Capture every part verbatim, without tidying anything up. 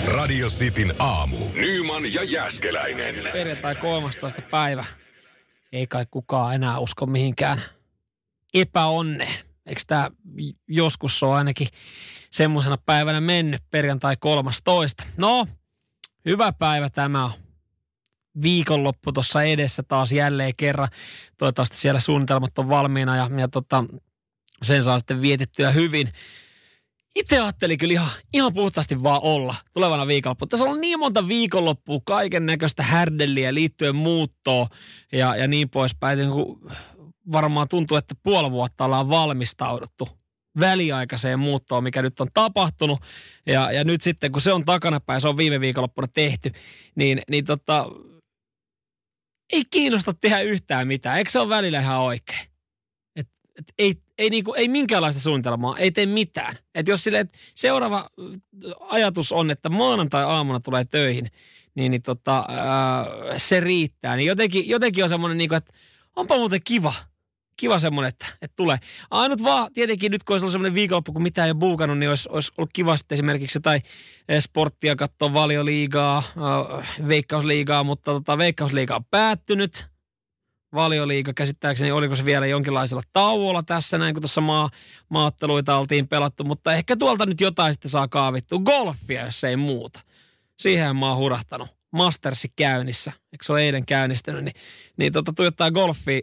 Radio Cityn aamu. Nyman ja Jääskeläinen. Perjantai kolmastoista päivä. Ei kai kukaan enää usko mihinkään epäonneen. Eikö tämä joskus ole ainakin semmoisena päivänä mennyt, perjantai kolmastoista. No, hyvä päivä tämä on. Viikonloppu tuossa edessä taas jälleen kerran. Toivottavasti siellä suunnitelmat on valmiina ja, ja tota, sen saa sitten vietettyä hyvin. Itse ajattelin kyllä ihan, ihan puhtaasti vaan olla tulevana viikonloppuna. Tässä on niin monta viikonloppua, kaiken näköistä härdelliä liittyen muuttoon ja, ja niin poispäin. Niin varmaan tuntuu, että puoli vuotta ollaan valmistauduttu väliaikaiseen muuttoon, mikä nyt on tapahtunut. Ja, ja nyt sitten, kun se on takanapäin, se on viime viikonloppuna tehty, niin, niin tota, ei kiinnosta tehdä yhtään mitään. Eikö se ole välillä ihan oikein? Et, et ei, ei, niinku, ei minkäänlaista suunnitelmaa, ei tee mitään. Et jos sille, et seuraava ajatus on, että maanantai-aamuna tulee töihin, niin, niin tota, ää, se riittää. Niin jotenkin, jotenkin on semmoinen, niinku, että onpa muuten kiva. Kiva semmoinen, että, että tulee. Ainut vaan, tietenkin nyt kun olisi ollut semmoinen viikonloppu, kun mitään ei ole buukannut, niin olisi, olisi ollut kiva sitten esimerkiksi jotain sporttia katsoa, Valioliigaa, äh, Veikkausliigaa, mutta tota, Veikkausliiga on päättynyt. Valioliiga käsittääkseni, oliko se vielä jonkinlaisella tauolla tässä, näin kun tuossa maa, maatteluita oltiin pelattu, mutta ehkä tuolta nyt jotain sitten saa kaavittua. Golfia, jos ei muuta. Siihen mä oon hurahtanut. Mastersi käynnissä, eikö se ole eilen käynnistynyt, niin, niin tota, tuijottaa golfia.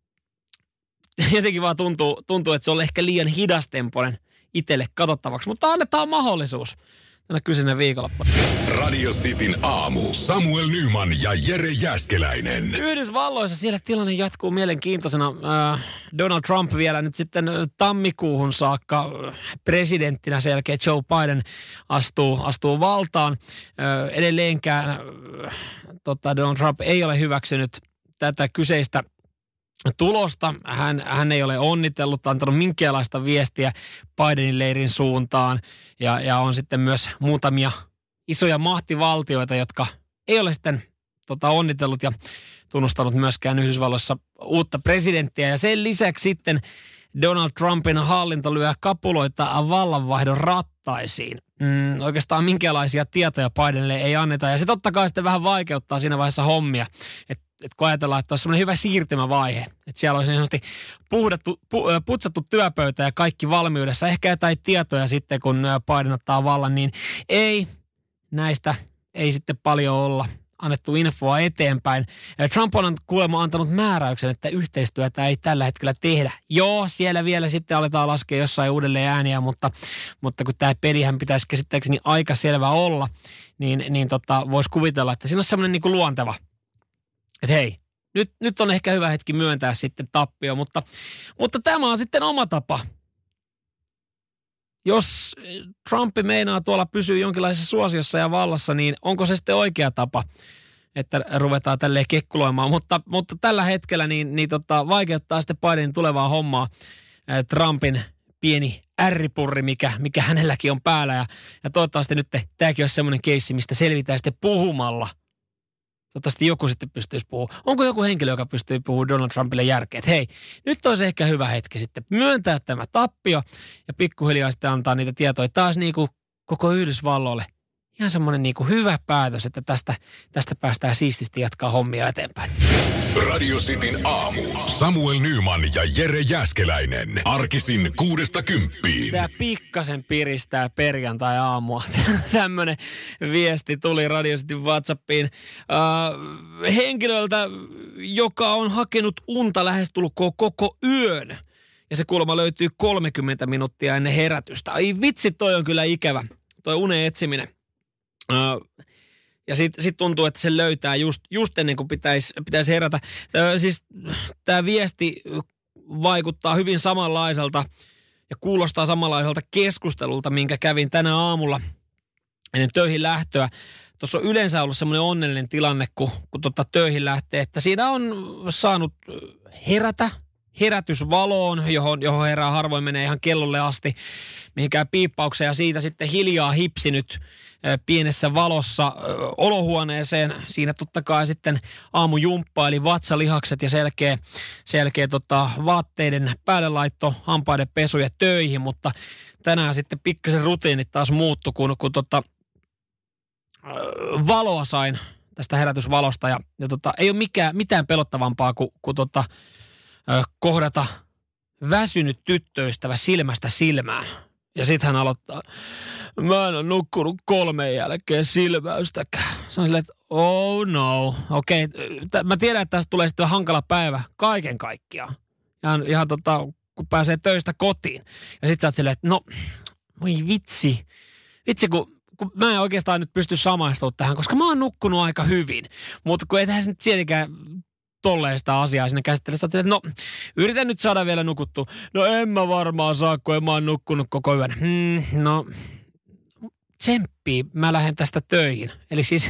Jotenkin vaan tuntuu, tuntuu, että se on ehkä liian hidastempoinen itselle katsottavaksi, mutta annetaan mahdollisuus tänä kyseinen viikonloppu. Radio Cityn aamu. Samuel Nyman ja Jere Jääskeläinen. Yhdysvalloissa siellä tilanne jatkuu mielenkiintoisena. Äh, Donald Trump vielä nyt sitten tammikuuhun saakka presidenttinä, sen jälkeen Joe Biden astuu, astuu valtaan. Äh, edelleenkään äh, tota Donald Trump ei ole hyväksynyt tätä kyseistä tulosta. Hän, hän ei ole onnitellut, antanut minkäänlaista viestiä Bidenin leirin suuntaan. Ja, ja on sitten myös muutamia isoja mahtivaltioita, jotka ei ole sitten tota, onnitellut ja tunnustanut myöskään Yhdysvalloissa uutta presidenttiä. Ja sen lisäksi sitten Donald Trumpin hallinto lyö kapuloita vallanvaihdon rattaisiin. Mm, oikeastaan minkäänlaisia tietoja Bidenille ei anneta. Ja se totta kai sitten vähän vaikeuttaa siinä vaiheessa hommia. Että et kun ajatellaan, että olisi semmoinen hyvä siirtymävaihe. Että siellä olisi niin puhdattu, pu, putsattu työpöytä ja kaikki valmiudessa. Ehkä jotain tietoja sitten, kun Biden ottaa vallan, niin ei näistä ei sitten paljon olla annettu infoa eteenpäin. Trump on kuulemma antanut määräyksen, että yhteistyötä ei tällä hetkellä tehdä. Joo, siellä vielä sitten aletaan laskea jossain uudelleen ääniä, mutta, mutta kun tämä pelihän pitäisi käsittääkseni aika selvä olla, niin, niin tota, voisi kuvitella, että siinä on semmoinen niin kuin luonteva. Että hei, nyt, nyt on ehkä hyvä hetki myöntää sitten tappio, mutta, mutta tämä on sitten oma tapa. Jos Trump meinaa tuolla pysyä jonkinlaisessa suosiossa ja vallassa, niin onko se sitten oikea tapa, että ruvetaan tälleen kekkuloimaan. Mutta, mutta tällä hetkellä niin, niin tota, vaikeuttaa sitten Bidenin tulevaa hommaa Trumpin pieni ärripurri, mikä, mikä hänelläkin on päällä. Ja, ja toivottavasti nyt tämäkin olisi semmoinen keissi, mistä selvitään sitten puhumalla. Toivottavasti joku sitten pystyisi puhumaan. Onko joku henkilö, joka pystyy puhumaan Donald Trumpille järkeä? Että hei, nyt olisi ehkä hyvä hetki sitten myöntää tämä tappio ja pikkuhiljaa sitten antaa niitä tietoja taas niin kuin koko Yhdysvalloille. Ihan semmoinen niin kuin hyvä päätös, että tästä, tästä päästään siististi jatkaa hommia eteenpäin. Radio Cityn aamu. Samuel Nyman ja Jere Jääskeläinen. Arkisin kuudesta kymppiin. Tämä pikkasen piristää perjantai-aamua. Tämmöinen viesti tuli Radio Cityn WhatsAppiin äh, henkilöltä, joka on hakenut unta lähestulkoon koko yön. Ja se kuulemma löytyy kolmekymmentä minuuttia ennen herätystä. Ai vitsi, toi on kyllä ikävä. Toi unen etsiminen. Uh, ja sitten sit tuntuu, että se löytää just, just ennen kuin pitäisi pitäis herätä. Tää, siis tämä viesti vaikuttaa hyvin samanlaiselta ja kuulostaa samanlaiselta keskustelulta, minkä kävin tänä aamulla ennen töihin lähtöä. Tuossa on yleensä ollut semmoinen onnellinen tilanne, kun, kun tota töihin lähtee, että siinä on saanut herätä herätysvaloon, johon, johon herää harvoin menee ihan kellolle asti, mihinkään piippaukseen, ja siitä sitten hiljaa hipsinyt pienessä valossa olohuoneeseen. Siinä totta kai sitten aamujumppa, eli vatsalihakset ja selkeä, selkeä tota, vaatteiden päälle laitto, hampaiden pesu ja töihin, mutta tänään sitten pikkasen rutiinit taas muuttu, kun, kun tota, valoa sain tästä herätysvalosta ja, ja tota, ei ole mikään, mitään pelottavampaa kuin, kuin tota, ö, kohdata väsynyt tyttöystävä silmästä silmään. Ja sit hän aloittaa, mä en ole nukkunut kolmen jälkeen silmäystäkään. Se on silleen, että oh no, okei. Okay. Mä tiedän, että tästä tulee sitten hankala päivä kaiken kaikkiaan. Ihan, ihan tota, kun pääsee töistä kotiin. Ja sit sä oot silleen, että no, voi vitsi. Vitsi, kun, kun mä en oikeastaan nyt pysty samaistumaan tähän, koska mä oon nukkunut aika hyvin. Mutta kun ei tähän nyt tietenkään tolleen sitä asiaa sinne käsittele. Sä oot silleen, että no, yritän nyt saada vielä nukuttua. No en mä varmaan saa, kun en mä oon nukkunut koko yön. Hmm, no, tsemppii, mä lähden tästä töihin. Eli siis,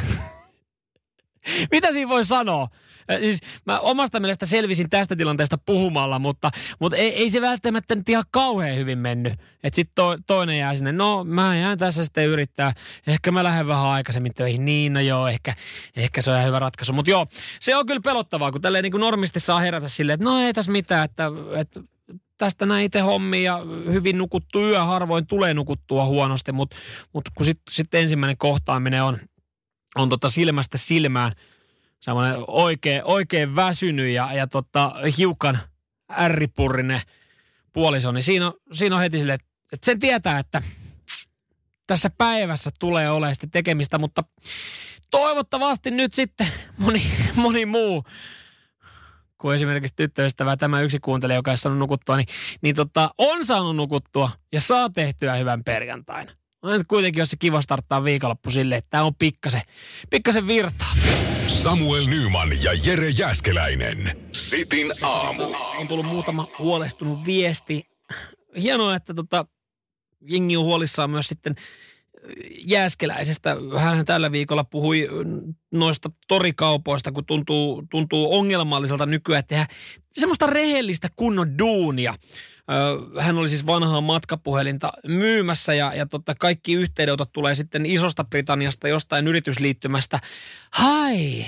mitä siinä voi sanoa? Siis mä omasta mielestä selvisin tästä tilanteesta puhumalla, mutta, mutta ei, ei se välttämättä nyt ihan kauhean hyvin mennyt. Että sitten to, toinen jää sinne, no mä jään tässä sitten yrittää, ehkä mä lähden vähän aikaisemmin töihin. Niin, no joo, ehkä, ehkä se on ihan hyvä ratkaisu. Mutta joo, se on kyllä pelottavaa, kun tälleen niin kuin normisti saa herätä silleen, että no ei tässä mitään, että, että tästä näin itse hommia ja hyvin nukuttu yö, harvoin tulee nukuttua huonosti, mutta, mutta kun sitten sit ensimmäinen kohtaaminen on, on tota silmästä silmään, semmoinen oikein, oikein väsynyt ja, ja tota, hiukan ärripurrinen puoliso, niin siinä on, siinä on heti silleen, että, että sen tietää, että tässä päivässä tulee olemaan sitten tekemistä, mutta toivottavasti nyt sitten moni, moni muu, kuin esimerkiksi tyttöystävä, tämä yksi kuuntelija, joka ei saanut nukuttua, niin, niin tota, on saanut nukuttua ja saa tehtyä hyvän perjantain. On nyt kuitenkin, jos se kiva starttaa viikonloppu silleen, että tämä on pikkasen, pikkasen virtaa. Samuel Nyman ja Jere Jääskeläinen. Sitin aamu. On tullut muutama huolestunut viesti. Hienoa, että tota, jengi on huolissaan myös sitten Jääskeläisestä. Hän tällä viikolla puhui noista torikaupoista, kun tuntuu, tuntuu ongelmalliselta nykyään tehdä semmoista rehellistä kunnon duunia. Hän oli siis vanhaa matkapuhelinta myymässä ja, ja totta, kaikki yhteydenotot tulee sitten Isosta Britanniasta jostain yritysliittymästä. Hi,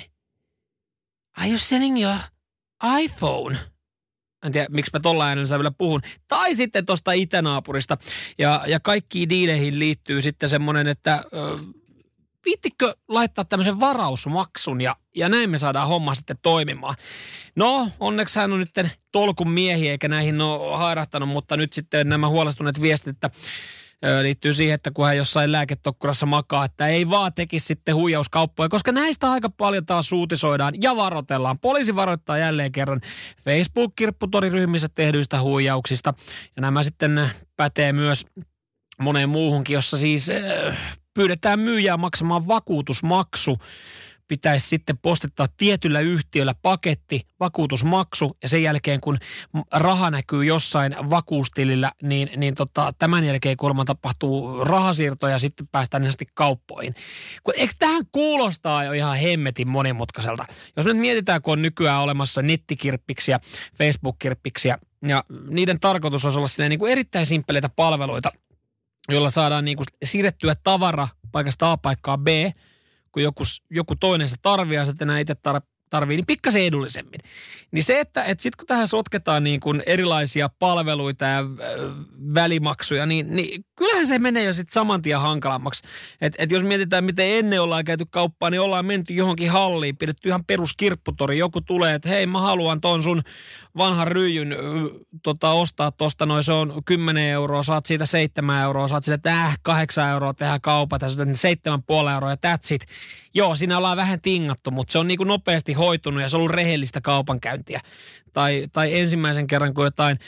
are you selling your iPhone? En tiedä, miksi mä tolla äänellä vielä puhun. Tai sitten tuosta itänaapurista. Ja, ja kaikkiin diileihin liittyy sitten semmoinen, että ö, viittikö laittaa tämmöisen varausmaksun ja, ja näin me saadaan homma sitten toimimaan. No, onneksi hän on nyt tolkun miehiä eikä näihin ole hairahtanut, mutta nyt sitten nämä huolestuneet viestit, että ö, liittyy siihen, että kun hän jossain lääketokkurassa makaa, että ei vaan tekisi sitten huijauskauppoja, koska näistä aika paljon taas uutisoidaan ja varoitellaan. Poliisi varoittaa jälleen kerran Facebook-kirpputoriryhmissä tehdyistä huijauksista ja nämä sitten pätee myös moneen muuhunkin, jossa siis ö, pyydetään myyjää maksamaan vakuutusmaksu. Pitäisi sitten postittaa tietyllä yhtiöllä paketti, vakuutusmaksu, ja sen jälkeen kun raha näkyy jossain vakuustilillä, niin, niin tota, tämän jälkeen kuulemma tapahtuu rahasiirto ja sitten päästään niin sanotusti kauppoihin. Kun, eikö tähän kuulostaa jo ihan hemmetin monimutkaiselta? Jos nyt mietitään, kun on nykyään olemassa nettikirppiksiä, Facebook-kirppiksiä, ja niiden tarkoitus olisi olla silleen niin kuin erittäin simppeleitä palveluita, jolla saadaan niin kuin siirrettyä tavara paikasta A paikkaa B, kun joku, joku toinen se tarvii ja sitten enää itse tar- tarvii, niin pikkasen edullisemmin. Niin se, että, että sitten kun tähän sotketaan niin kuin erilaisia palveluita ja äh, välimaksuja, niin, niin kyllähän se menee jo sitten saman tien hankalammaksi. Että et jos mietitään, miten ennen ollaan käyty kauppaan, niin ollaan menty johonkin halliin, pidetty ihan peruskirpputori. Joku tulee, että hei, mä haluan ton sun vanhan ryijyn äh, tota, ostaa tosta, noin se on kymmenen euroa, saat siitä seitsemän euroa, saat siitä, että äh, kahdeksan euroa tehdään kaupat, ja sitten seitsemän puoli euroa ja that's it. Joo, siinä ollaan vähän tingattu, mutta se on niin kuin nopeasti hoitunut ja se on ollut rehellistä kaupankäyntiä. Tai, tai ensimmäisen kerran, kun jotain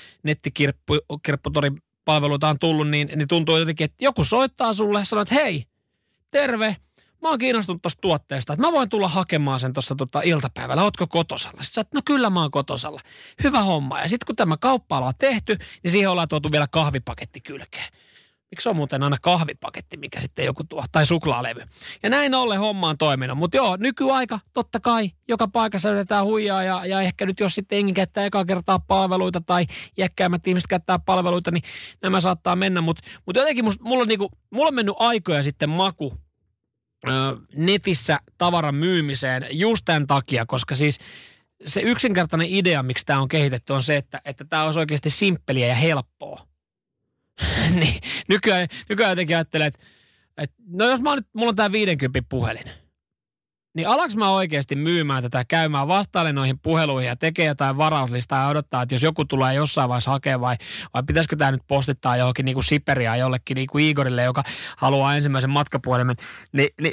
nettikirpputoripalveluita on tullut, niin, niin tuntuu jotenkin, että joku soittaa sulle ja sanoo, että hei, terve, mä oon kiinnostunut tuosta tuotteesta, että mä voin tulla hakemaan sen tuossa tota iltapäivällä, ootko kotosalla? Sitten sä oot, no kyllä mä oon kotosalla. Hyvä homma. Ja sitten kun tämä kauppa on tehty, niin siihen ollaan tuotu vielä kahvipaketti kylkeen. Miksi on muuten aina kahvipaketti, mikä sitten joku tuo, tai suklaalevy. Ja näin ollen homma on toiminut. Mutta joo, nykyaika, totta kai, joka paikassa yritetään huijaa, ja, ja ehkä nyt jos sitten enkin käyttää ekaa kertaa palveluita, tai iäkkäämmät ihmiset käyttää palveluita, niin nämä saattaa mennä. Mutta mut jotenkin musta, mulla, on niinku, mulla on mennyt aikoja sitten maku ö, netissä tavaran myymiseen just tämän takia, koska siis se yksinkertainen idea, miksi tämä on kehitetty, on se, että että tämä olisi oikeasti simppeliä ja helppoa. Niin, nykyään, nykyään jotenkin ajattelee, että että no jos mä oon nyt, mulla on tää viidenkympin puhelin, niin alaks mä oikeasti myymään tätä, käymään vastaille noihin puheluihin ja tekee jotain varauslistaa ja odottaa, että jos joku tulee jossain vaiheessa hakea vai, vai pitäisikö tää nyt postittaa johonkin niinku Siperiaan jollekin niinku Igorille, joka haluaa ensimmäisen matkapuhelimen, Ni, niin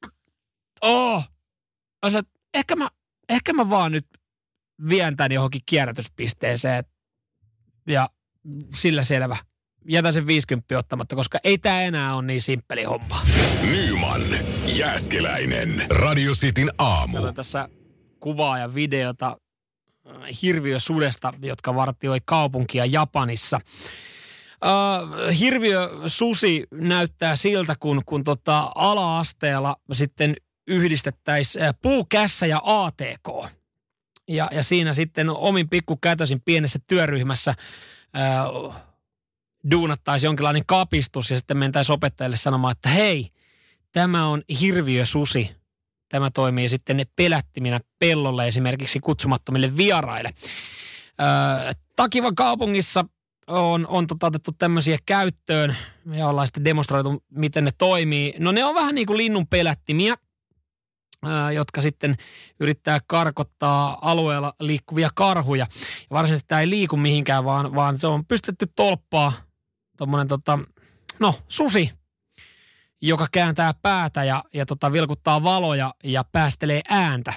oh, ehkä mä, ehkä mä vaan nyt vien tän johonkin kierrätyspisteeseen ja sillä selvä. Jätä sen viisikymppiä ottamatta, koska ei tää enää ole niin simppeli homma. Nyman, Jääskeläinen, Radio Cityn aamu. Katsotaan tässä kuvaa ja videota hirviösudesta, jotka vartioi kaupunkia Japanissa. Uh, hirviösusi näyttää siltä, kun, kun tota ala-asteella sitten yhdistettäisiin puukässä ja A T K. Ja, ja siinä sitten omin pikkukätösin pienessä työryhmässä uh, duunattaisiin jonkinlainen kapistus ja sitten mentäisiin opettajille sanomaan, että hei, tämä on hirviösusi. Tämä toimii sitten pelättiminä pellolle esimerkiksi kutsumattomille vieraille. Öö, Takivan kaupungissa on, on tota otettu tämmöisiä käyttöön ja ollaan sitten demonstroitu, miten ne toimii. No ne on vähän niin kuin linnun pelättimiä, öö, jotka sitten yrittää karkottaa alueella liikkuvia karhuja. Ja varsinaisesti tämä ei liiku mihinkään, vaan, vaan se on pystytty tolppaa tuommoinen tota, no susi, joka kääntää päätä ja, ja tota, vilkuttaa valoja ja päästelee ääntä.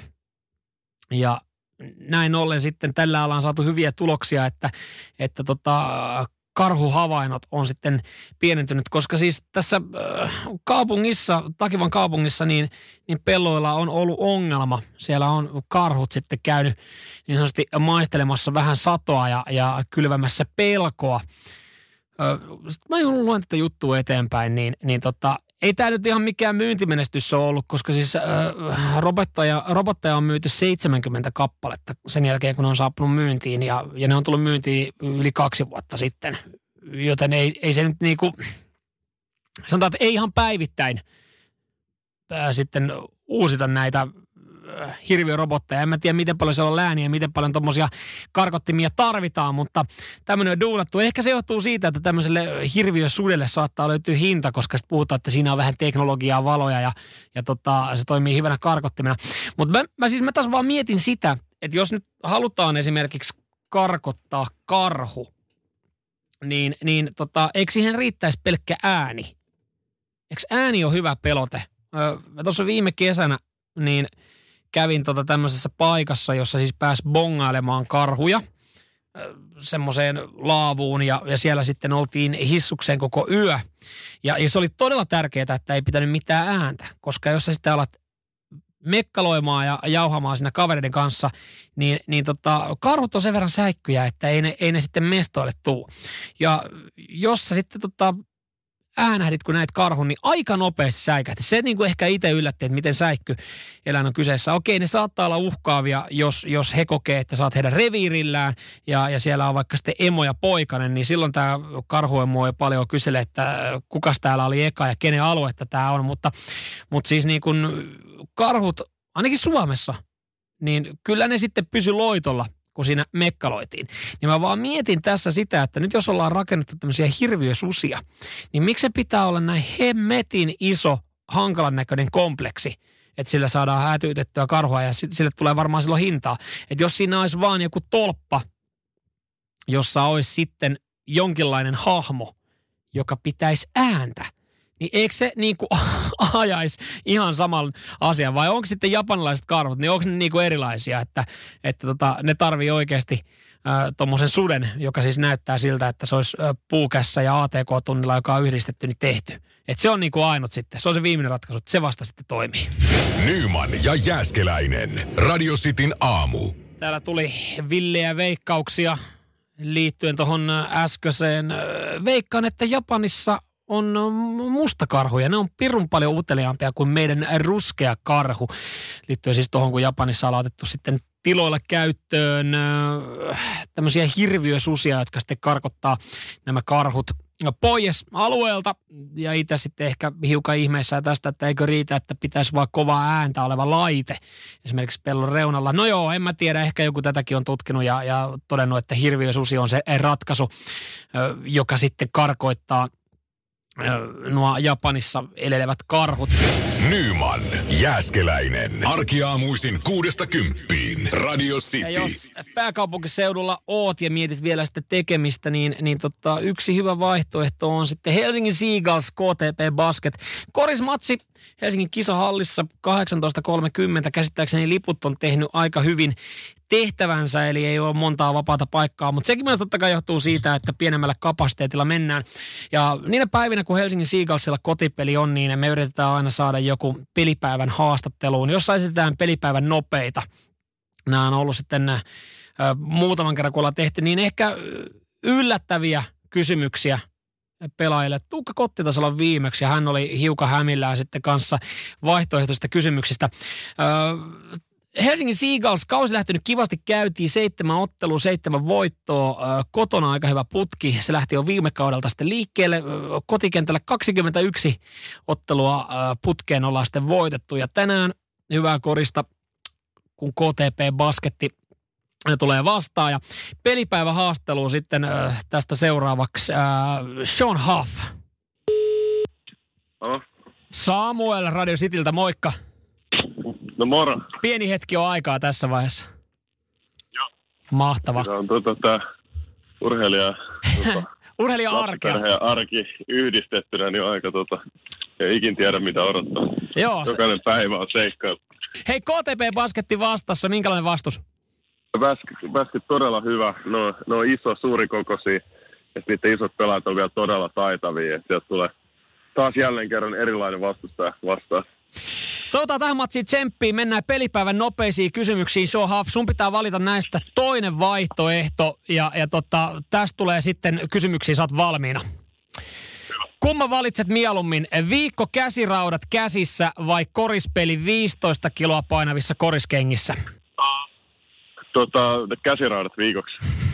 Ja näin ollen sitten tällä alalla on saatu hyviä tuloksia, että, että tota, karhuhavainnot on sitten pienentynyt, koska siis tässä äh, kaupungissa, Takivan kaupungissa, niin, niin pelloilla on ollut ongelma. Siellä on karhut sitten käynyt niin sanotusti maistelemassa vähän satoa ja, ja kylvämässä pelkoa. Sitten mä luen tätä juttua eteenpäin, niin, niin tota, ei tämä nyt ihan mikään myyntimenestys ole ollut, koska siis äh, robottaja, robottaja on myyty seitsemänkymmentä kappaletta sen jälkeen, kun ne on saapunut myyntiin ja, ja ne on tullut myyntiin yli kaksi vuotta sitten. Joten ei, ei se nyt niinku, sanotaan, että ei ihan päivittäin äh, sitten uusita näitä hirviörobotteja. En mä tiedä, miten paljon siellä on lääniä ja miten paljon tommosia karkottimia tarvitaan, mutta tämmöinen on duunattu. Ehkä se johtuu siitä, että tämmöiselle hirviösudelle saattaa löytyä hinta, koska sitten puhutaan, että siinä on vähän teknologiaa, valoja ja, ja tota, se toimii hyvänä karkottimena. Mutta mä, mä siis mä taas vaan mietin sitä, että jos nyt halutaan esimerkiksi karkottaa karhu, niin, niin tota, eikö siihen riittäisi pelkkä ääni? Eikö ääni ole hyvä pelote? Öö, tuossa viime kesänä niin kävin tota tämmöisessä paikassa, jossa siis pääsi bongailemaan karhuja semmoiseen laavuun ja, ja siellä sitten oltiin hissukseen koko yö. Ja, ja se oli todella tärkeää, että ei pitänyt mitään ääntä, koska jos sä sitten alat mekkaloimaan ja jauhamaan siinä kavereiden kanssa, niin, niin tota, karhut on sen verran säikkyjä, että ei ne, ei ne sitten mestoille tuu. Ja jos sä sitten tota äänähdit, kun näit karhun, niin aika nopeasti säikähti. Se niin kuin ehkä itse yllätti, että miten säikky eläin on kyseessä. Okei, ne saattaa olla uhkaavia, jos, jos he kokee, että sä oot heidän reviirillään ja, ja siellä on vaikka sitten emo ja poikainen, niin silloin tämä karhuemu ei paljon kysele, että kukas täällä oli eka ja kenen aluetta tämä on. Mutta, mutta siis niin kuin karhut, ainakin Suomessa, niin kyllä ne sitten pysy loitolla, kun siinä mekkaloitiin. Niin mä vaan mietin tässä sitä, että nyt jos ollaan rakennettu tämmöisiä hirviösusia, niin miksi se pitää olla näin hemmetin iso, hankalan näköinen kompleksi, että sillä saadaan hätyytettyä karhua ja sille tulee varmaan silloin hintaa. Että jos siinä olisi vaan joku tolppa, jossa olisi sitten jonkinlainen hahmo, joka pitäisi ääntä, niin eikö se niin kuin ajaisi ihan saman asian? Vai onko sitten japanilaiset karhut, niin onko ne niin kuin erilaisia, että, että tota, ne tarvii oikeasti äh, tuommoisen suden, joka siis näyttää siltä, että se olisi äh, puukässä ja A T K-tunnilla, joka on yhdistetty, niin tehty. Että se on niin kuin ainut sitten. Se on se viimeinen ratkaisu, että se vasta sitten toimii. Nyman ja Jääskeläinen. Radio Cityn aamu. Täällä tuli villejä veikkauksia liittyen tuohon äskeiseen. Veikkaan, että Japanissa on mustakarhuja. Ne on pirun paljon uteliaampia kuin meidän ruskea karhu. Liittyen siis tuohon, kun Japanissa on otettu sitten tiloilla käyttöön äh, tämmöisiä hirviösusia, jotka sitten karkottaa nämä karhut pois alueelta. Ja itse sitten ehkä hiukan ihmeessä tästä, että eikö riitä, että pitäisi vaan kovaa ääntä oleva laite esimerkiksi pellon reunalla. No joo, en mä tiedä, ehkä joku tätäkin on tutkinut ja, ja todennut, että hirviösusi on se ratkaisu, joka sitten karkoittaa nuo Japanissa elelevät karhut. Nyman, Jääskeläinen. Arkiaamuisin kuudesta kymppiin. Radio City. Ja jos pääkaupunkiseudulla oot ja mietit vielä sitä tekemistä, niin, niin tota, yksi hyvä vaihtoehto on sitten Helsingin Seagulls K T P Basket. Korismatsi Helsingin kisahallissa kahdeksantoista kolmekymmentä. Käsittääkseni liput on tehnyt aika hyvin tehtävänsä, eli ei ole montaa vapaata paikkaa, mutta sekin myös totta kai johtuu siitä, että pienemmällä kapasiteetilla mennään. Ja niinä päivinä, kun Helsingin Seagullsilla kotipeli on, niin me yritetään aina saada joku pelipäivän haastatteluun, jossa esitetään pelipäivän nopeita. Nämä on ollut sitten äh, muutaman kerran, kun ollaan tehty, niin ehkä yllättäviä kysymyksiä pelaajille. Tuukka Kottitasolla viimeksi, ja hän oli hiukan hämillään sitten kanssa vaihtoehtoisista kysymyksistä. Öö, Helsingin Seagulls kausi lähtenyt kivasti käyntiin, seitsemän ottelua, seitsemän voittoa, öö, kotona aika hyvä putki. Se lähti jo viime kaudelta sitten liikkeelle. Öö, kotikentällä kaksikymmentäyksi ottelua öö, putkeen ollaan sitten voitettu. Ja tänään hyvää korista, kun K T P Basketti tulee vastaan. Ja pelipäivä haastelu sitten öö, tästä seuraavaksi. Öö, Sean Huff. Oh. Samuel Radio Cityltä, moikka. No moro. Pieni hetki on aikaa tässä vaiheessa. Joo. Mahtava. Se on tuota, tämä urheilija... Tuota, urheilija-arkea. ja arki yhdistettynä, niin aika tota... Ei ikin tiedä, mitä odottaa. Joo. Jokainen se... päivä on seikkailu. Hei, K T P Basketti vastassa. Minkälainen vastus? Basket, basket todella hyvä. No, ne on iso, suurikokoisia. Ja niiden isot pelaajat on vielä todella taitavia. Että sieltä tulee taas jälleen kerran erilainen vastustaja vastaan. Toivotaan tähän matsiin tsemppiin. Mennään pelipäivän nopeisiin kysymyksiin. Sean Huff, sun pitää valita näistä toinen vaihtoehto. Ja, ja tota, tästä tulee sitten kysymyksiin, sä oot valmiina. Kumman valitset mieluummin? Viikko käsiraudat käsissä vai korispeli viisitoista kiloa painavissa koriskengissä? Tota, käsiraudat viikoksi.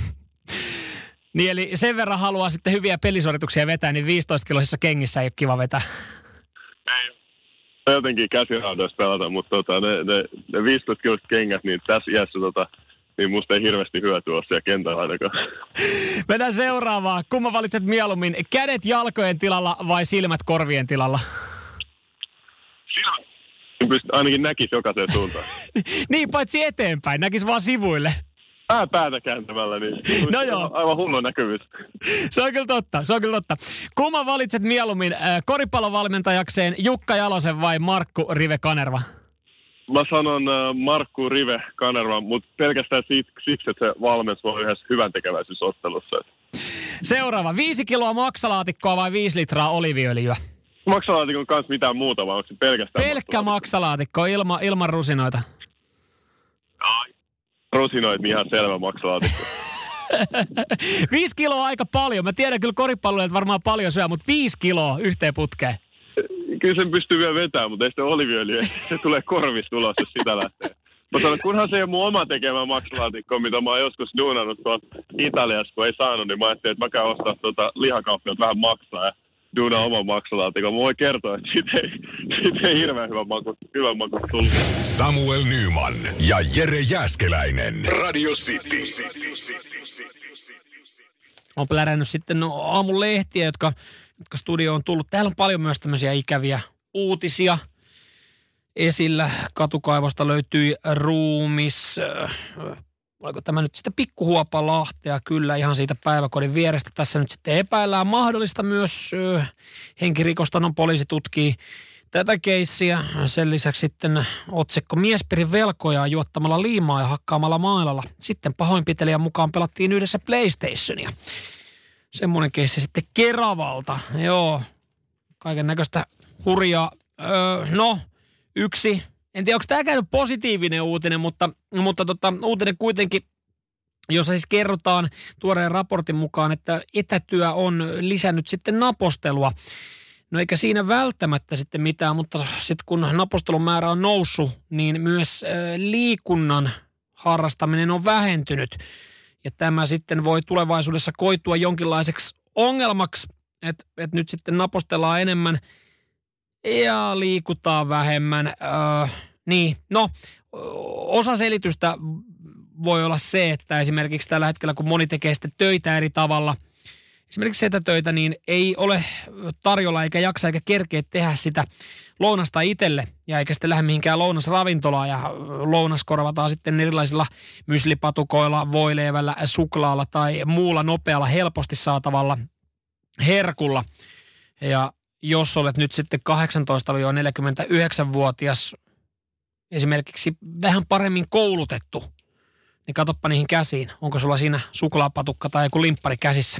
Niin, eli sen verran haluaa sitten hyviä pelisuorituksia vetää, niin viisitoista kiloisissa kengissä ei ole kiva vetää. Ei. Jotenkin käsiraudoissa pelata, mutta tota, ne, ne, ne viisitoista kiloiset kengät, niin tässä iässä tota, niin musta ei hirveästi hyötyä ole siellä kentällä ainakaan. Mennään seuraavaan. Kumman valitset mieluummin? Kädet jalkojen tilalla vai silmät korvien tilalla? Silmät. Pyst, ainakin näkisi jokaiseen suuntaan. Niin, paitsi eteenpäin. Näkisi vaan sivuille. Ää, päätä kääntämällä, niin no joo. Aivan hullu näkyvyys. Se on kyllä totta, se on kyllä totta. Kumman valitset mieluummin? Äh, koripallovalmentajakseen Jukka Jalosen vai Markku Rive Kanerva? Mä sanon äh, Markku Rive Kanerva, mutta pelkästään siksi, siksi, että se valmensi voi yhdessä hyvän tekeväisyysottelussa. Seuraava. Viisi kiloa maksalaatikkoa vai viisi litraa oliiviöljyä? Maksalaatikon kanssa mitään muuta, vai onko se pelkästään Pelkkä maksalaatikko ilma, ilman rusinoita. Ai. Rusinoit, niin ihan selvä maksalaatikko. Viisi kiloa on aika paljon. Mä tiedän kyllä koripalloilijat varmaan paljon syö, mutta viisi kiloa yhteen putkeen. Kyllä sen pystyy vielä vetämään, mutta ei sitä oliviöljyä. Se tulee korvista ulos, jos sitä lähtee. Mä sanon, kunhan se ei ole mun oma tekemä maksalaatikko, mitä mä oon joskus duunannut tuolla Italiassa, kun ei saanut, niin mä ajattelin, että mä käyn ostaa tuota lihakauppiolta vähän maksaa ja duunaa oman maksalaatikon. Mä voin kertoa, että siitä ei, siitä ei hirveän hyvän maku, hyvän maku tullut. Samuel Nyman ja Jere Jääskeläinen. Radio City. Olen plärännyt sitten no, aamun lehtiä, jotka, jotka studioon on tullut. Täällä on paljon myös tämmöisiä ikäviä uutisia esillä. Katukaivosta löytyi ruumis. Oliko tämä nyt sitten Pikkuhuopalahtea? Kyllä, ihan siitä päiväkodin vierestä. Tässä nyt sitten epäillään mahdollista myös henkirikosta. No, poliisi tutkii tätä keissiä. Sen lisäksi sitten otsikko Miesperin velkoja juottamalla liimaa ja hakkaamalla mailalla. Sitten pahoinpitelijän mukaan pelattiin yhdessä PlayStationia. Semmoinen keissi sitten Keravalta. Joo, kaiken näköistä hurjaa. Öö, no, yksi. En tiedä, onko tämä käynyt positiivinen uutinen, mutta, mutta tota, uutinen kuitenkin, jossa siis kerrotaan tuoreen raportin mukaan, että etätyö on lisännyt sitten napostelua. No eikä siinä välttämättä sitten mitään, mutta sitten kun napostelun määrä on noussut, niin myös liikunnan harrastaminen on vähentynyt. Ja tämä sitten voi tulevaisuudessa koitua jonkinlaiseksi ongelmaksi, että, että nyt sitten napostellaan enemmän ja liikutaan vähemmän. Öö, niin, no osa selitystä voi olla se, että esimerkiksi tällä hetkellä kun moni tekee sitten töitä eri tavalla, esimerkiksi etätöitä, niin ei ole tarjolla eikä jaksa eikä kerkeä tehdä sitä lounasta itselle ja eikä sitten lähde mihinkään lounasravintolaan ja lounas korvataan sitten erilaisilla myslipatukoilla, voileivällä, suklaalla tai muulla nopealla helposti saatavalla herkulla. Ja jos olet nyt sitten kahdeksantoista neljäkymmentäyhdeksän-vuotias esimerkiksi vähän paremmin koulutettu, niin katsoppa niihin käsiin. Onko sulla siinä suklaapatukka tai joku limppari käsissä?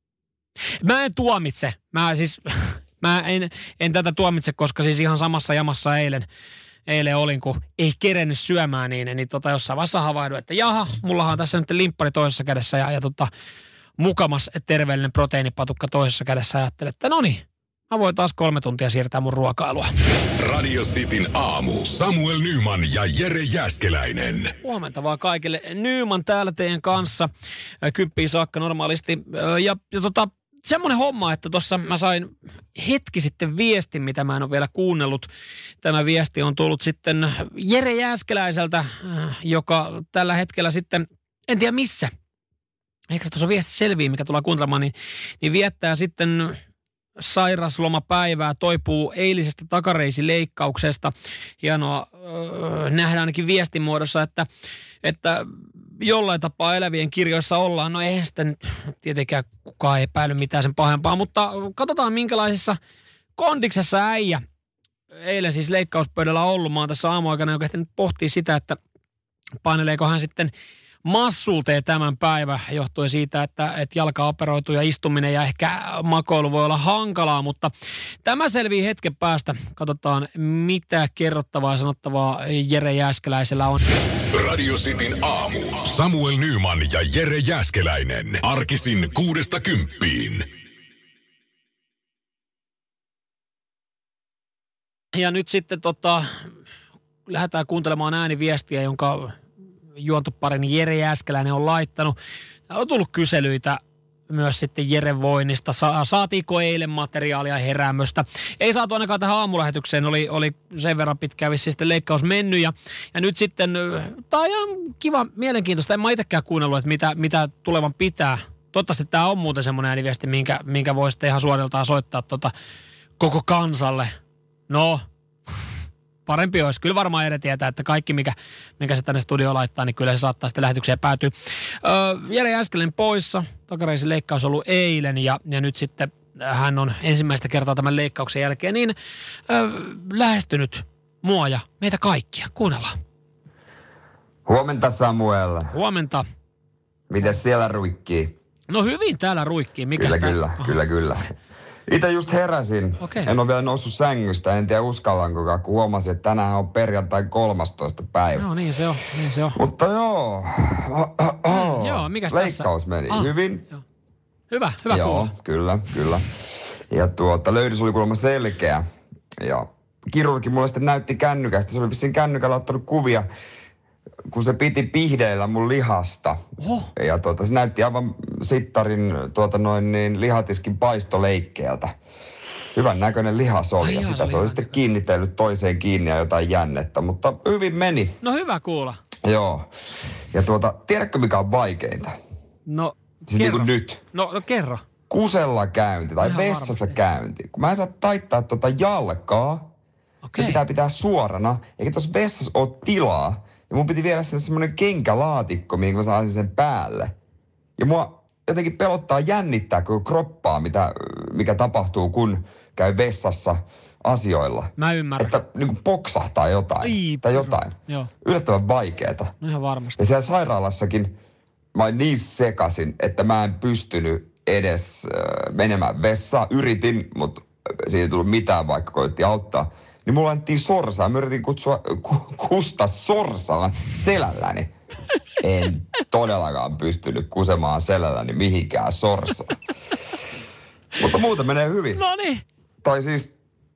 Mä en tuomitse. Mä siis, mä en, en tätä tuomitse, koska siis ihan samassa jamassa eilen, eilen olin, kun ei kerennyt syömään niin, niin tota jossain vaiheessa havahduin, että jaha, mullahan on tässä nyt limppari toisessa kädessä ja, ja tota, mukamas terveellinen proteiinipatukka toisessa kädessä. Ajattelin, että no niin, mä voin taas kolme tuntia siirtää mun ruokailua. Radio Cityn aamu. Samuel Nyman ja Jere Jääskeläinen. Huomenta vaan kaikille. Nyman täällä teidän kanssa. Kymppiin saakka normaalisti. Ja, ja tota, semmoinen homma, että tuossa mä sain hetki sitten viestin, mitä mä en ole vielä kuunnellut. Tämä viesti on tullut sitten Jere Jääskeläiseltä, joka tällä hetkellä sitten, en tiedä missä. Eikä se tuossa viesti selviä, mikä tullaan kuuntelemaan, niin, niin viettää sitten sairaslomapäivää, toipuu eilisestä takareisileikkauksesta. Hienoa öö, nähdä ainakin viestin muodossa, että, että jollain tapaa elävien kirjoissa ollaan. No eihän sitten tietenkään kukaan epäily mitään sen pahempaa, mutta katsotaan minkälaisessa kondiksessa äijä eilen siis leikkauspöydällä ollut. Mä oon tässä aamuaikana jo kehtinyt pohtia sitä, että paineleeko hän sitten massulteen tämän päivän johtuen siitä, että, että jalka operoituu ja istuminen ja ehkä makoilu voi olla hankalaa, mutta tämä selvii hetken päästä. Katsotaan, mitä kerrottavaa ja sanottavaa Jere Jääskeläisellä on. Radio Cityn aamu. Samuel Nyman ja Jere Jääskeläinen. Arkisin kuudesta kymppiin. Ja nyt sitten tota, lähdetään kuuntelemaan ääniviestiä, jonka juontoparin Jere Jääskeläinen on laittanut. Täällä on tullut kyselyitä myös sitten Jeren voinnista. Sa- saatiinko eilen materiaalia heräämöstä? Ei saatu ainakaan tähän aamulähetykseen. Oli, oli sen verran pitkään vissiin sitten leikkaus mennyt. Ja, ja nyt sitten, tämä on ihan kiva, mielenkiintoista. En mä itsekään kuunnellut, että mitä, mitä tulevan pitää. Toivottavasti tämä on muuten semmoinen ääniviesti, minkä, minkä voi sitten ihan suoriltaan soittaa tota koko kansalle. No, parempi olisi. Kyllä varmaan Jere tietää, että kaikki, mikä, mikä se tänne studioon laittaa, niin kyllä se saattaa sitten lähetykseen päätyä. Öö, Jere Jääskeläinen poissa. Takareisen leikkaus on ollut eilen ja, ja nyt sitten hän on ensimmäistä kertaa tämän leikkauksen jälkeen niin öö, lähestynyt mua ja meitä kaikkia. Kuunnellaan. Huomenta Samuel. Huomenta. Mites siellä ruikkii? No hyvin täällä ruikkii. Mikäs kyllä, tää? kyllä, Aha. kyllä, kyllä. Itse just heräsin. Okei. En ole vielä noussut sängystä, en tiedä uskallankokaan, kun huomasin, että tänään on perjantai kolmastoista päivä. No niin se on, niin se on. Mutta joo, oh, oh, oh. Joo, mikäs tässä? Leikkaus meni ah, hyvin. Joo. Hyvä, hyvä Joo, kuulla. kyllä, kyllä. Ja tuota, löydys oli kuulemma selkeä. Ja kirurgi mulle sitten näytti kännykästä. Se oli vissiin kännykällä ottanut kuvia, kun se piti pihdeillä mun lihasta. Oho. Ja tuota, se näytti aivan sittarin tuota noin niin lihatiskin paistoleikkeeltä. Hyvän näköinen lihas oli. Ai ja jaa, sitä se se oli lihan sitten näköinen. kiinnitellyt toiseen kiinni ja jotain jännettä. Mutta hyvin meni. No hyvä kuulla. Joo. Ja tuota, tiedätkö mikä on vaikeinta? No Siis niin kerro. kuin nyt. No, no kerro. Kusella käynti tai Ihan vessassa varmasti. käynti. Kun mä en saa taittaa tuota jalkaa, Okei. se pitää pitää suorana, eikä tuossa vessassa ole tilaa. Ja mun piti viedä sinne semmoinen kenkälaatikko, mihin mä saisin sen päälle. Ja mua jotenkin pelottaa jännittää koko kroppaa, mitä, mikä tapahtuu, kun käy vessassa asioilla. Mä ymmärrän. Että niin kuin poksahtaa jotain Ai, tai jotain. Joo, Yllättävän vaikeeta. no ihan varmasti. Ja siellä sairaalassakin mä olin niin sekasin, että mä en pystynyt edes äh, menemään vessaan. Yritin, mutta siitä ei tullut mitään, vaikka koitti auttaa. Niin mulla annettiin sorsaa. Mä yritin kutsua ku, kusta sorsaan selälläni. En todellakaan pystynyt kusemaan selälläni mihinkään sorsaan. Mutta muuten menee hyvin. No niin. Tai siis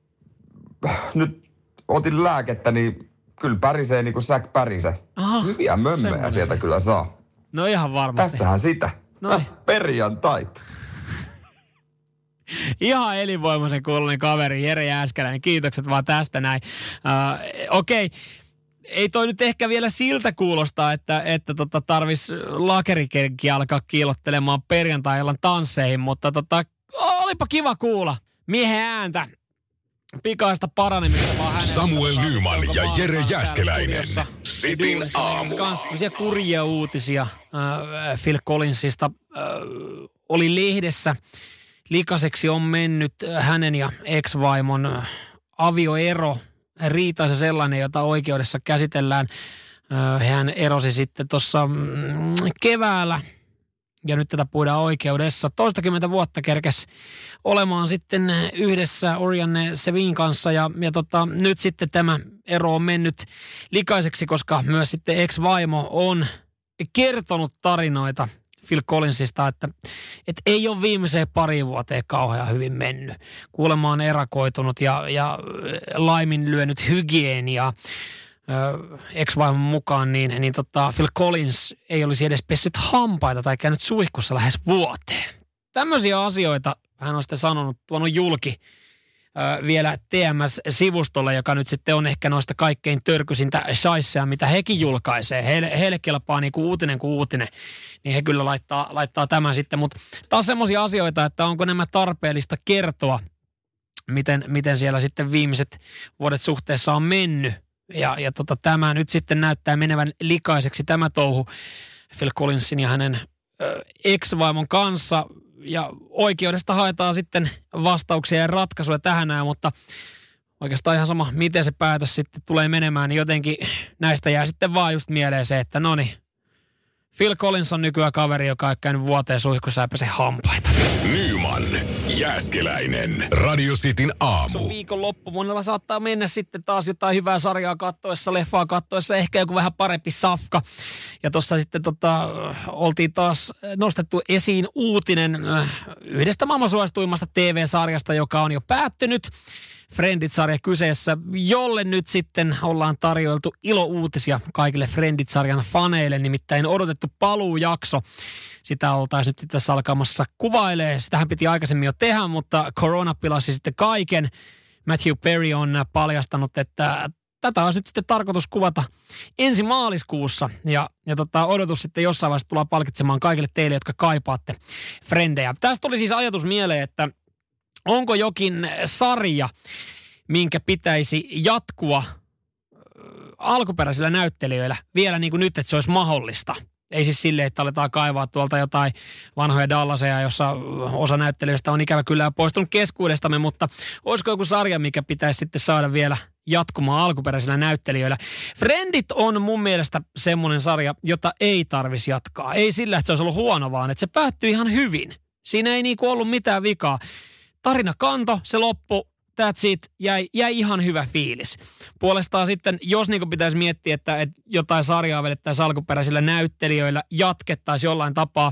nyt otin lääkettä, niin kyllä pärisee niin kuin säk pärise. Aha, Hyviä mömmejä semmoinen sieltä se. kyllä saa. No ihan varmasti. Tässähän sitä. Noniin. Perjantait. Ihan elinvoimaisen kuulonen kaveri Jere Jääskeläinen. Kiitokset vaan tästä näin. Uh, Okei. Okay. ei toi nyt ehkä vielä siltä kuulostaa, että, että tota tarvitsisi lakerikenkiä alkaa kiilottelemaan perjantai-illan tansseihin, mutta tota, olipa kiva kuulla miehen ääntä. Pikaista paranemista vaan hänelle. Samuel Nyman ja Jere Jääskeläinen. Sitin aamu. Sellaisia kurjia uutisia äh, Phil Collinsista äh, oli lehdessä. Likaiseksi on mennyt hänen ja ex-vaimon avioero. Riitaisa sellainen, jota oikeudessa käsitellään. Äh, hän erosi sitten tuossa mm, keväällä. Ja nyt tätä puidaan oikeudessa. Toistakymmentä vuotta kerkes olemaan sitten yhdessä Orianne Sevin kanssa. Ja, ja tota, nyt sitten tämä ero on mennyt likaiseksi, koska myös sitten ex-vaimo on kertonut tarinoita Phil Collinsista, että, että ei ole viimeiseen pariin vuoteen kauhean hyvin mennyt. Kuulemma on erakoitunut ja, ja laiminlyönyt hygieniaa. Ex-vaimon mukaan, niin, niin tota, Phil Collins ei olisi edes pessyt hampaita tai käynyt suihkussa lähes vuoteen. Tämmöisiä asioita hän on sitten sanonut, tuonut julki ö, vielä T M S-sivustolle, joka nyt sitten on ehkä noista kaikkein törkysintä shaisseja, mitä hekin julkaisee. Heille, heille kelpaa niin kuin uutinen kuin uutinen, niin he kyllä laittaa, laittaa tämän sitten. Mutta taas semmoisia asioita, että onko nämä tarpeellista kertoa, miten, miten siellä sitten viimeiset vuodet suhteessa on mennyt. Ja, ja tota, tämä nyt sitten näyttää menevän likaiseksi tämä touhu Phil Collinsin ja hänen ö, ex-vaimon kanssa. Ja oikeudesta haetaan sitten vastauksia ja ratkaisuja tähän näin, mutta oikeastaan ihan sama, miten se päätös sitten tulee menemään, niin jotenkin näistä jää sitten vaan just mieleen se, että no niin, Phil Collins on nykyään kaveri, joka on käynyt vuoteen suihkussa ja pesee hampaita. Nyman, Jääskeläinen, Radio Cityn aamu. Viikon loppu. Monella saattaa mennä sitten taas jotain hyvää sarjaa kattoessa, leffaa kattoessa, ehkä joku vähän parempi safka. Ja tuossa sitten tota, oltiin taas nostettu esiin uutinen yhdestä maailman suosituimmasta T V-sarjasta, joka on jo päättynyt. Friendit-sarja kyseessä, jolle nyt sitten ollaan tarjoiltu ilouutisia kaikille Friendit-sarjan faneille, nimittäin odotettu paluujakso. Sitä oltaisiin nyt sitten alkamassa kuvailemaan. Sitähän piti aikaisemmin jo tehdä, mutta korona pilasi sitten kaiken. Matthew Perry on paljastanut, että tätä olisi nyt sitten tarkoitus kuvata ensi maaliskuussa. Ja, ja tota, odotus sitten jossain vaiheessa tullaan palkitsemaan kaikille teille, jotka kaipaatte Frendejä. Tästä tuli siis ajatus mieleen, että onko jokin sarja, minkä pitäisi jatkua alkuperäisillä näyttelijöillä vielä niin kuin nyt, että se olisi mahdollista. Ei siis silleen, että aletaan kaivaa tuolta jotain vanhoja Dallaseja, jossa osa näyttelijöistä on ikävä kyllä poistunut keskuudestamme, mutta olisiko joku sarja, mikä pitäisi sitten saada vielä jatkumaan alkuperäisillä näyttelijöillä. Friendit on mun mielestä semmoinen sarja, jota ei tarvisi jatkaa. Ei sillä, että se olisi ollut huono, vaan että se päättyi ihan hyvin. Siinä ei niinku ollut mitään vikaa. Tarina kanto, se loppu, that's it, jäi, jäi ihan hyvä fiilis. Puolestaan sitten, jos niin pitäisi miettiä, että, että jotain sarjaa vedettäisiin alkuperäisillä näyttelijöillä, jatkettaisiin jollain tapaa,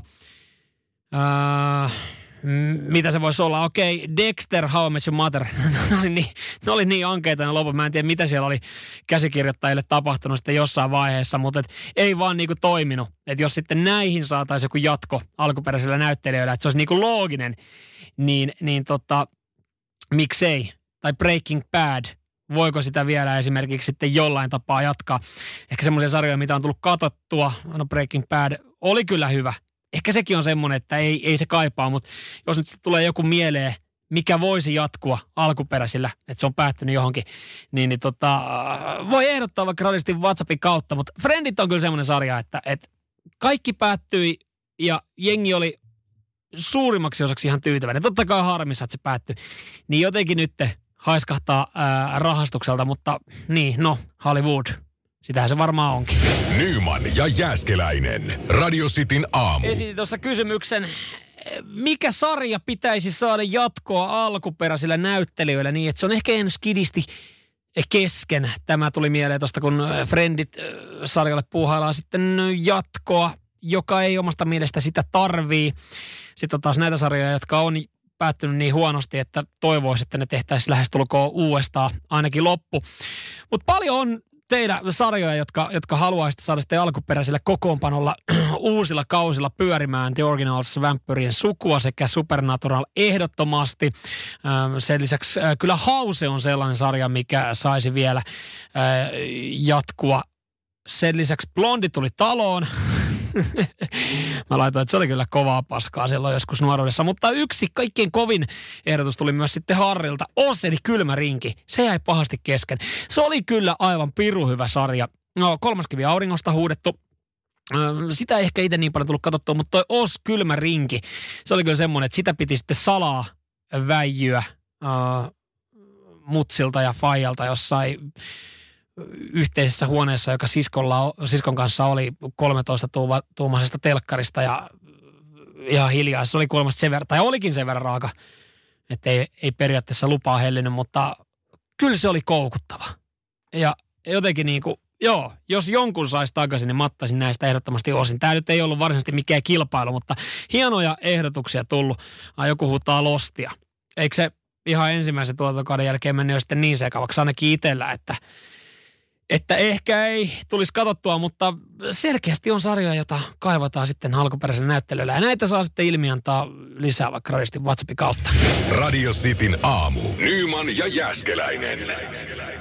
öö, mitä se voisi olla? Okei, okay, Dexter, How I Met Your Mother, ne, oli niin, ne oli niin ankeita ne loput, mä en tiedä mitä siellä oli käsikirjoittajille tapahtunut sitten jossain vaiheessa, mutta et ei vaan niinku toiminut. Että jos sitten näihin saataisiin joku jatko alkuperäisillä näyttelijöillä, että se olisi niinku looginen, niin, niin tota, miksei? Tai Breaking Bad, voiko sitä vielä esimerkiksi sitten jollain tapaa jatkaa? Ehkä semmoisia sarjoja, mitä on tullut katsottua, no Breaking Bad oli kyllä hyvä. Ehkä sekin on semmoinen, että ei, ei se kaipaa, mutta jos nyt tulee joku mieleen, mikä voisi jatkua alkuperäisillä, että se on päättynyt johonkin, niin, niin tota, voi ehdottaa vaikka radistin WhatsAppin kautta, mutta Friendit on kyllä semmoinen sarja, että, että kaikki päättyi ja jengi oli suurimmaksi osaksi ihan tyytyväinen. Totta kai harmissa, että se päättyi. Niin jotenkin nyt haiskahtaa ää, rahastukselta, mutta niin, no, Hollywood. Sitähän se varmaan onkin. Nyman ja Jääskeläinen. Radio Cityn aamu. Esitin tuossa kysymyksen, mikä sarja pitäisi saada jatkoa alkuperäisillä näyttelijöillä niin, että se on ehkä en skidisti kesken. Tämä tuli mieleen tuosta, kun Friendit-sarjalle puuhaillaan sitten jatkoa, joka ei omasta mielestä sitä tarvii. Sitten on taas näitä sarjoja, jotka on päättynyt niin huonosti, että toivoisi, että ne tehtäisiin lähestulkoon uudestaan ainakin loppu. Mutta paljon on teidän sarjoja, jotka, jotka haluaisitte saada sitten alkuperäisellä kokoonpanolla uusilla kausilla pyörimään, The Originals, Vampyrien sukua sekä Supernatural ehdottomasti. Sen lisäksi kyllä House on sellainen sarja, mikä saisi vielä jatkua. Sen lisäksi Blondi tuli taloon. Mä laitoin, että se oli kyllä kovaa paskaa silloin joskus nuoruudessa. Mutta yksi kaikkein kovin ehdotus tuli myös sitten Harrilta. Oz eli Kylmä rinki. Se jäi pahasti kesken. Se oli kyllä aivan pirun hyvä sarja. No, Kolmas kivi auringosta huudettu. Sitä ei ehkä itse niin paljon tullut katsottua, mutta toi Oz Kylmä rinki, se oli kyllä semmoinen, että sitä piti sitten salaa väijyä uh, mutsilta ja faijalta jossain yhteisessä huoneessa, joka siskolla, siskon kanssa oli kolmetoista tuumaisesta telkkarista ja ihan hiljaa. Se oli kuulemma sen verran, tai olikin sen verran raaka, että ei, ei periaatteessa lupaa hellinyt, mutta kyllä se oli koukuttava. Ja jotenkin niin kuin, joo, jos jonkun saisi takaisin, niin mä ottaisin näistä ehdottomasti osin. Tämä nyt ei ollut varsinaisesti mikään kilpailu, mutta hienoja ehdotuksia tullut. Ai, joku huutaa Lostia. Eikö se ihan ensimmäisen tuotantokauden jälkeen mennyt jo sitten niin sekavaksi ainakin itsellä, että Että ehkä ei tulisi katsottua, mutta selkeästi on sarjoja, jota kaivataan sitten alkuperäisen näyttelyllä. Ja näitä saa sitten ilmiantaa lisää vaikka radistin WhatsAppin kautta. Radio Cityn aamu. Nyman ja Jääskeläinen.